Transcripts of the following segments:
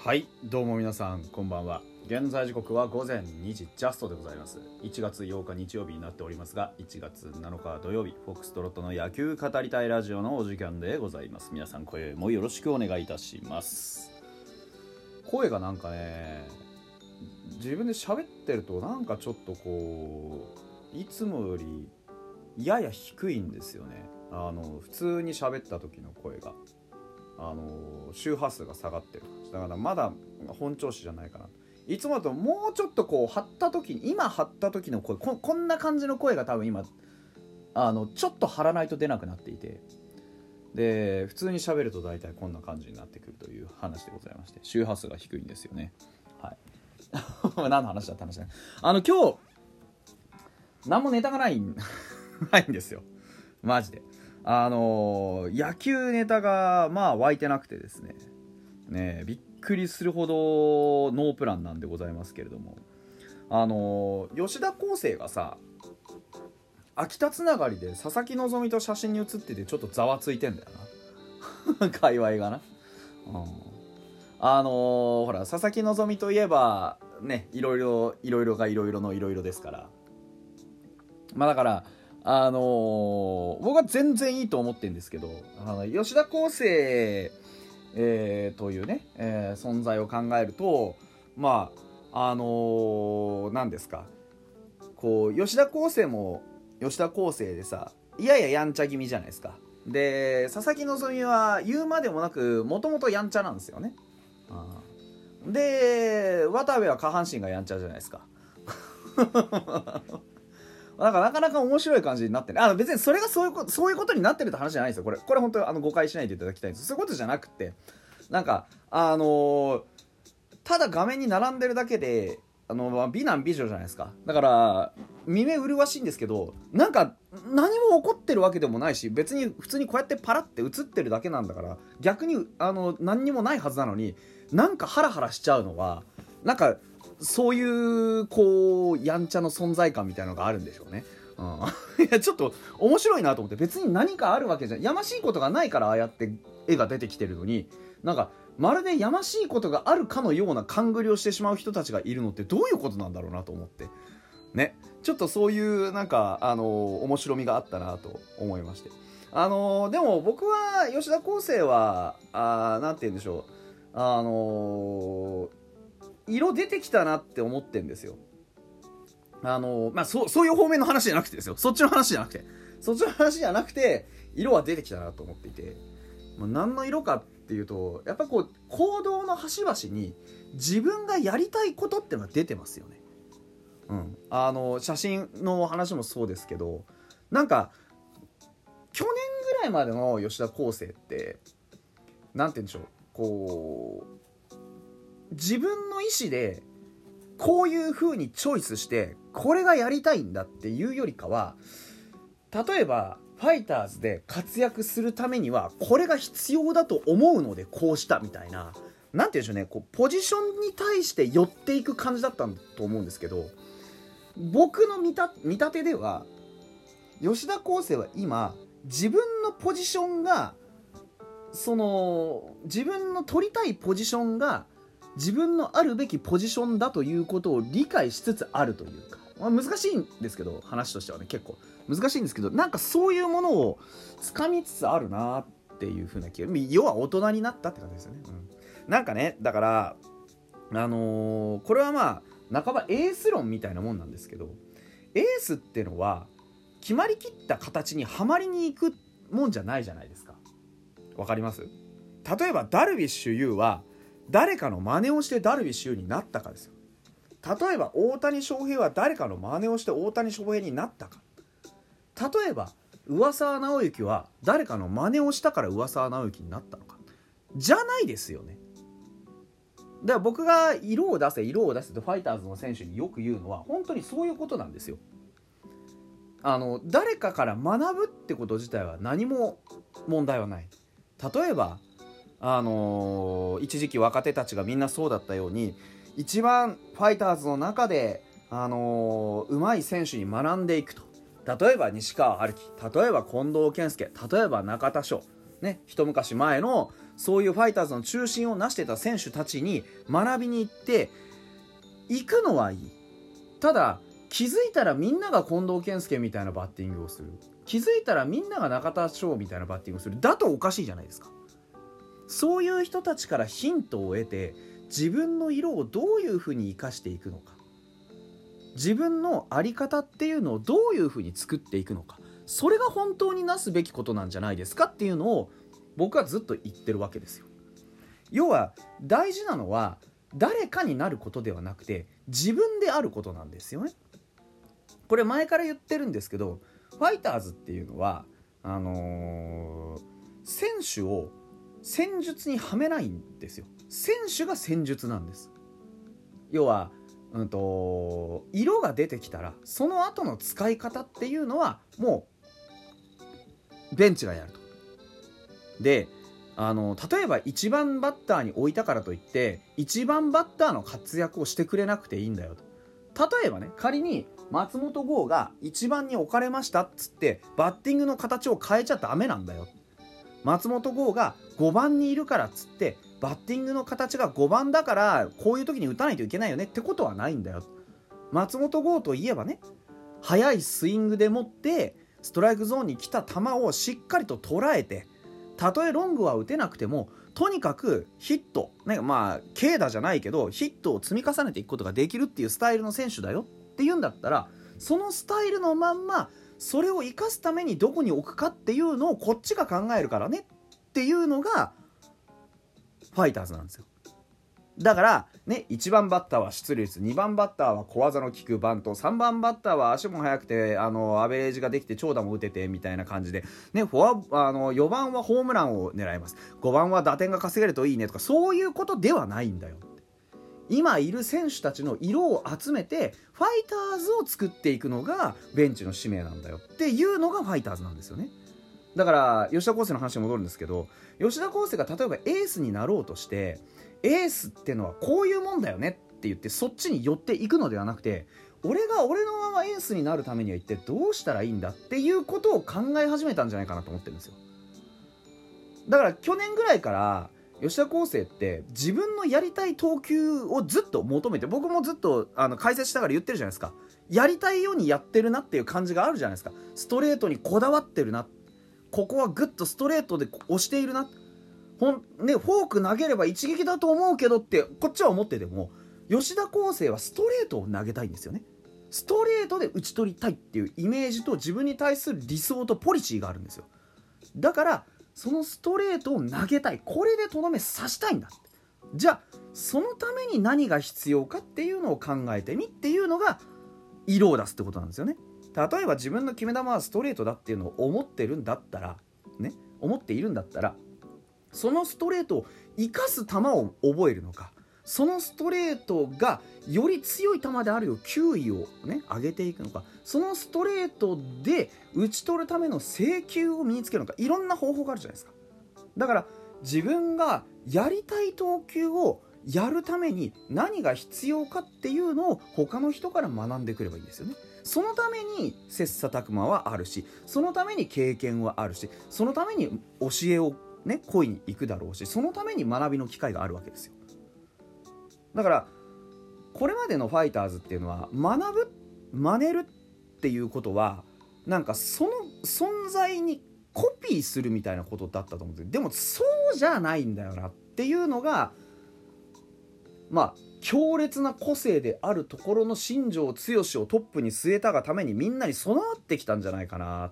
はい、どうも皆さんこんばんは。現在時刻は午前2時ジャストでございます。1月8日日曜日になっておりますが、1月7日土曜日、フォックストロットの野球語りたいラジオのお時間でございます。皆さん今宵もよろしくお願いいたします。声がなんかね、自分で喋ってるとなんかちょっとこういつもよりやや低いんですよね。普通に喋った時の声が周波数が下がってる。だからまだ本調子じゃないかな。いつもだともうちょっとこう今張った時の声、こんな感じの声が多分今ちょっと張らないと出なくなっていて、で普通に喋ると大体こんな感じになってくるという話でございまして、周波数が低いんですよね。はい何の話だって話ね。今日何もネタがないんですよマジで。野球ネタが湧いてなくてですね、びっくりするほどノープランなんでございますけれども、吉田輝星がさ、秋田つながりで佐々木希と写真に写っててちょっとざわついてんだよな界隈がな、ほら佐々木希といえばね、いろいろがいろいろのいろいろですから、だから僕は全然いいと思ってるんですけど、吉田輝星、というね、存在を考えると、何ですか、こう吉田輝星も吉田輝星でさ、いややんちゃ気味じゃないですか。で佐々木希は言うまでもなくもともとやんちゃなんですよね。で渡部は下半身がやんちゃじゃないですかなんかなかなか面白い感じになってね。別にそれがそういうことになってるって話じゃないですよ。これ本当に誤解しないでいただきたいんです。そういうことじゃなくて、なんかただ画面に並んでるだけで美男美女じゃないですか。だから見目麗しいんですけど、なんか何も起こってるわけでもないし、別に普通にこうやってパラって映ってるだけなんだから、逆に何にもないはずなのに、なんかハラハラしちゃうのは、なんかそういうこうやんちゃの存在感みたいなのがあるんでしょうね。いやちょっと面白いなと思って。別に何かあるわけじゃやましいことがないからああやって絵が出てきてるのに、なんかまるでやましいことがあるかのような勘繰りをしてしまう人たちがいるのってどういうことなんだろうなと思ってね、ちょっとそういうなんか面白みがあったなと思いまして、でも僕は吉田輝星はなんて言うんでしょう、色出てきたなって思ってんですよ。そういう方面の話じゃなくてですよ。そっちの話じゃなくて色は出てきたなと思っていて、何の色かっていうと、やっぱこう行動の端々に自分がやりたいことってのが出てますよね。写真の話もそうですけど、なんか去年ぐらいまでの吉田輝星ってなんて言うんでしょう、こう自分の意思でこういう風にチョイスしてこれがやりたいんだっていうよりかは、例えばファイターズで活躍するためにはこれが必要だと思うのでこうしたみたいな、なんて言うんでしょうね、こうポジションに対して寄っていく感じだったと思うんですけど、僕の見立てでは吉田輝星は今自分のポジションが自分の取りたいポジションが自分のあるべきポジションだということを理解しつつあるというか、難しいんですけど、話としてはね結構難しいんですけど、なんかそういうものを掴みつつあるなっていう風な気が、要は大人になったって感じですよね。なんかね、だからこれは半ばエース論みたいなもんなんですけど、エースってのは決まりきった形にはまりに行くもんじゃないじゃないですか。わかります？例えばダルビッシュ有は誰かの真似をしてダルビッシュ有になったかですよ。例えば大谷翔平は誰かの真似をして大谷翔平になったか。例えば上沢直之は誰かの真似をしたから上沢直之になったのか。じゃないですよね。だから僕が色を出せとファイターズの選手によく言うのは本当にそういうことなんですよ。誰かから学ぶってこと自体は何も問題はない。例えば一時期若手たちがみんなそうだったように、一番ファイターズの中で上手い選手に学んでいくと。例えば西川遥輝、例えば近藤健介、例えば中田翔、 ね、一昔前のそういうファイターズの中心を成してた選手たちに学びに行って行くのはいい。ただ気づいたらみんなが近藤健介みたいなバッティングをする、気づいたらみんなが中田翔みたいなバッティングをする、だとおかしいじゃないですか。そういう人たちからヒントを得て自分の色をどういうふうに生かしていくのか、自分の在り方っていうのをどういうふうに作っていくのか、それが本当になすべきことなんじゃないですかっていうのを僕はずっと言ってるわけですよ。要は大事なのは誰かになることではなくて自分であることなんですよね。これ前から言ってるんですけど、ファイターズっていうのは選手を戦術にはめないんですよ。選手が戦術なんです。要は色が出てきたらその後の使い方っていうのはもうベンチがやると。で例えば1番バッターに置いたからといって1番バッターの活躍をしてくれなくていいんだよと。例えばね、仮に松本剛が1番に置かれましたっつってバッティングの形を変えちゃダメなんだよ。松本剛が5番にいるからっつってバッティングの形が5番だからこういう時に打たないといけないよねってことはないんだよ。松本剛といえばね、速いスイングでもってストライクゾーンに来た球をしっかりと捉えて、たとえロングは打てなくてもとにかくヒット、ね、軽打じゃないけどヒットを積み重ねていくことができるっていうスタイルの選手だよっていうんだったら、そのスタイルのまんまそれを生かすためにどこに置くかっていうのをこっちが考えるからねっていうのがファイターズなんですよ。だからね、1番バッターは出塁率、2番バッターは小技の効くバント、3番バッターは足も速くてアベレージができて長打も打ててみたいな感じでね、4番はホームランを狙います、5番は打点が稼げるといいねとか、そういうことではないんだよ。今いる選手たちの色を集めてファイターズを作っていくのがベンチの使命なんだよっていうのがファイターズなんですよね。だから吉田康生の話に戻るんですけど、吉田康生が例えばエースになろうとしてエースってのはこういうもんだよねって言ってそっちに寄っていくのではなくて、俺が俺のままエースになるためには一体どうしたらいいんだっていうことを考え始めたんじゃないかなと思ってるんですよ。だから去年ぐらいから吉田康生って自分のやりたい投球をずっと求めて、僕もずっと解説したから言ってるじゃないですか。やりたいようにやってるなっていう感じがあるじゃないですか。ストレートにこだわってるな、ここはグッとストレートで押しているな、フォーク投げれば一撃だと思うけどってこっちは思ってても、吉田康生はストレートを投げたいんですよね。ストレートで打ち取りたいっていうイメージと自分に対する理想とポリシーがあるんですよ。だからそのストレートを投げたい、これでとどめ刺したいんだ。じゃあそのために何が必要かっていうのを考えてみっていうのが色を出すってことなんですよね。例えば自分の決め球はストレートだっていうのを思っているんだったら、そのストレートを生かす球を覚えるのか、そのストレートがより強い球であるよ球威をね上げていくのか、そのストレートで打ち取るための制球を身につけるのか、いろんな方法があるじゃないですか。だから自分がやりたい投球をやるために何が必要かっていうのを他の人から学んでくればいいんですよね。そのために切磋琢磨はあるし、そのために経験はあるし、そのために教えをね恋に行くだろうし、そのために学びの機会があるわけですよ。だからこれまでのファイターズっていうのは学ぶ真似るっていうことはなんかその存在にコピーするみたいなことだったと思うんです。でもそうじゃないんだよなっていうのが強烈な個性であるところの新庄剛志をトップに据えたがためにみんなに備わってきたんじゃないかなって、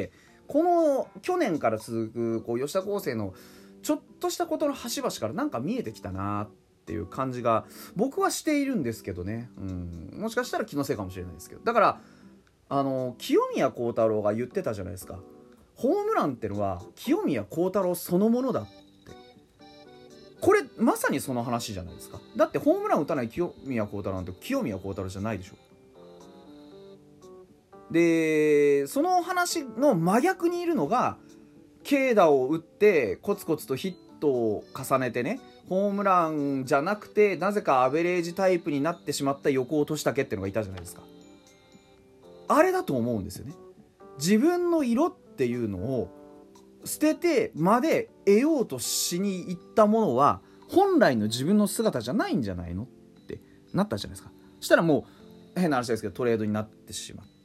この去年から続く吉田康生のちょっとしたことの端々からなんか見えてきたなっていう感じが僕はしているんですけどね。もしかしたら気のせいかもしれないですけど、だから清宮幸太郎が言ってたじゃないですか。ホームランってのは清宮幸太郎そのものだって。これまさにその話じゃないですか。だってホームラン打たない清宮幸太郎なんて清宮幸太郎じゃないでしょ。でその話の真逆にいるのが軽打を打ってコツコツとヒットを重ねてね、ホームランじゃなくてなぜかアベレージタイプになってしまった横尾俊武っていうのがいたじゃないですか。あれだと思うんですよね。自分の色っていうのを捨ててまで得ようとしに行ったものは本来の自分の姿じゃないんじゃないのってなったじゃないですか。そしたらもう変な話ですけどトレードになってしまった、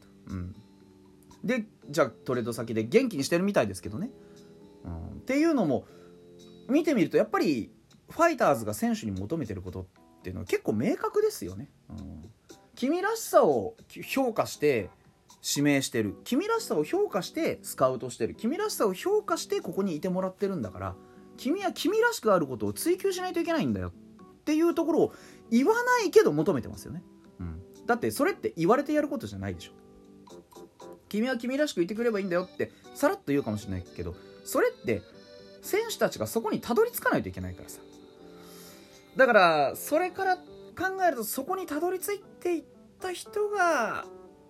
でじゃあトレード先で元気にしてるみたいですけどね、っていうのも見てみるとやっぱりファイターズが選手に求めてることっていうのは結構明確ですよね、君らしさを評価して指名してる、君らしさを評価してスカウトしてる、君らしさを評価してここにいてもらってるんだから、君は君らしくあることを追求しないといけないんだよっていうところを言わないけど求めてますよね、だってそれって言われてやることじゃないでしょ。君は君らしくいてくればいいんだよってさらっと言うかもしれないけど、それって選手たちがそこにたどり着かないといけないからさ。だからそれから考えると、そこにたどり着いていった人が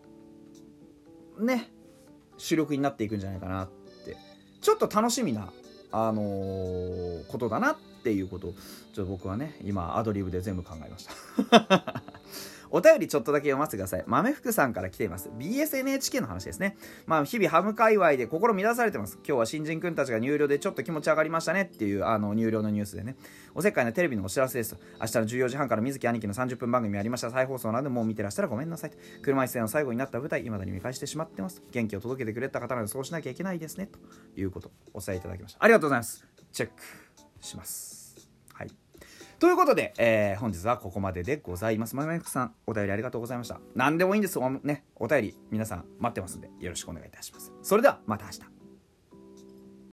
ね主力になっていくんじゃないかなって、ちょっと楽しみなことだなっていうことをちょっと僕はね今アドリブで全部考えましたお便りちょっとだけ読ませてください。豆福さんから来ています。 BSNHK の話ですね。日々ハム界隈で心乱されてます。今日は新人くんたちが入寮でちょっと気持ち上がりましたねっていう入寮のニュースでね、おせっかいなテレビのお知らせですと、明日の14時半から水木兄貴の30分番組ありました。再放送なのでもう見てらしたらごめんなさいと。車椅子での最後になった舞台未だに見返してしまってます。元気を届けてくれた方なのでそうしなきゃいけないですねということをお伝えいただきました。ありがとうございます。チェックします。ということで、本日はここまででございます。豆福さんお便りありがとうございました。何でもいいんですね、お便り皆さん待ってますんでよろしくお願いいたします。それではまた明日。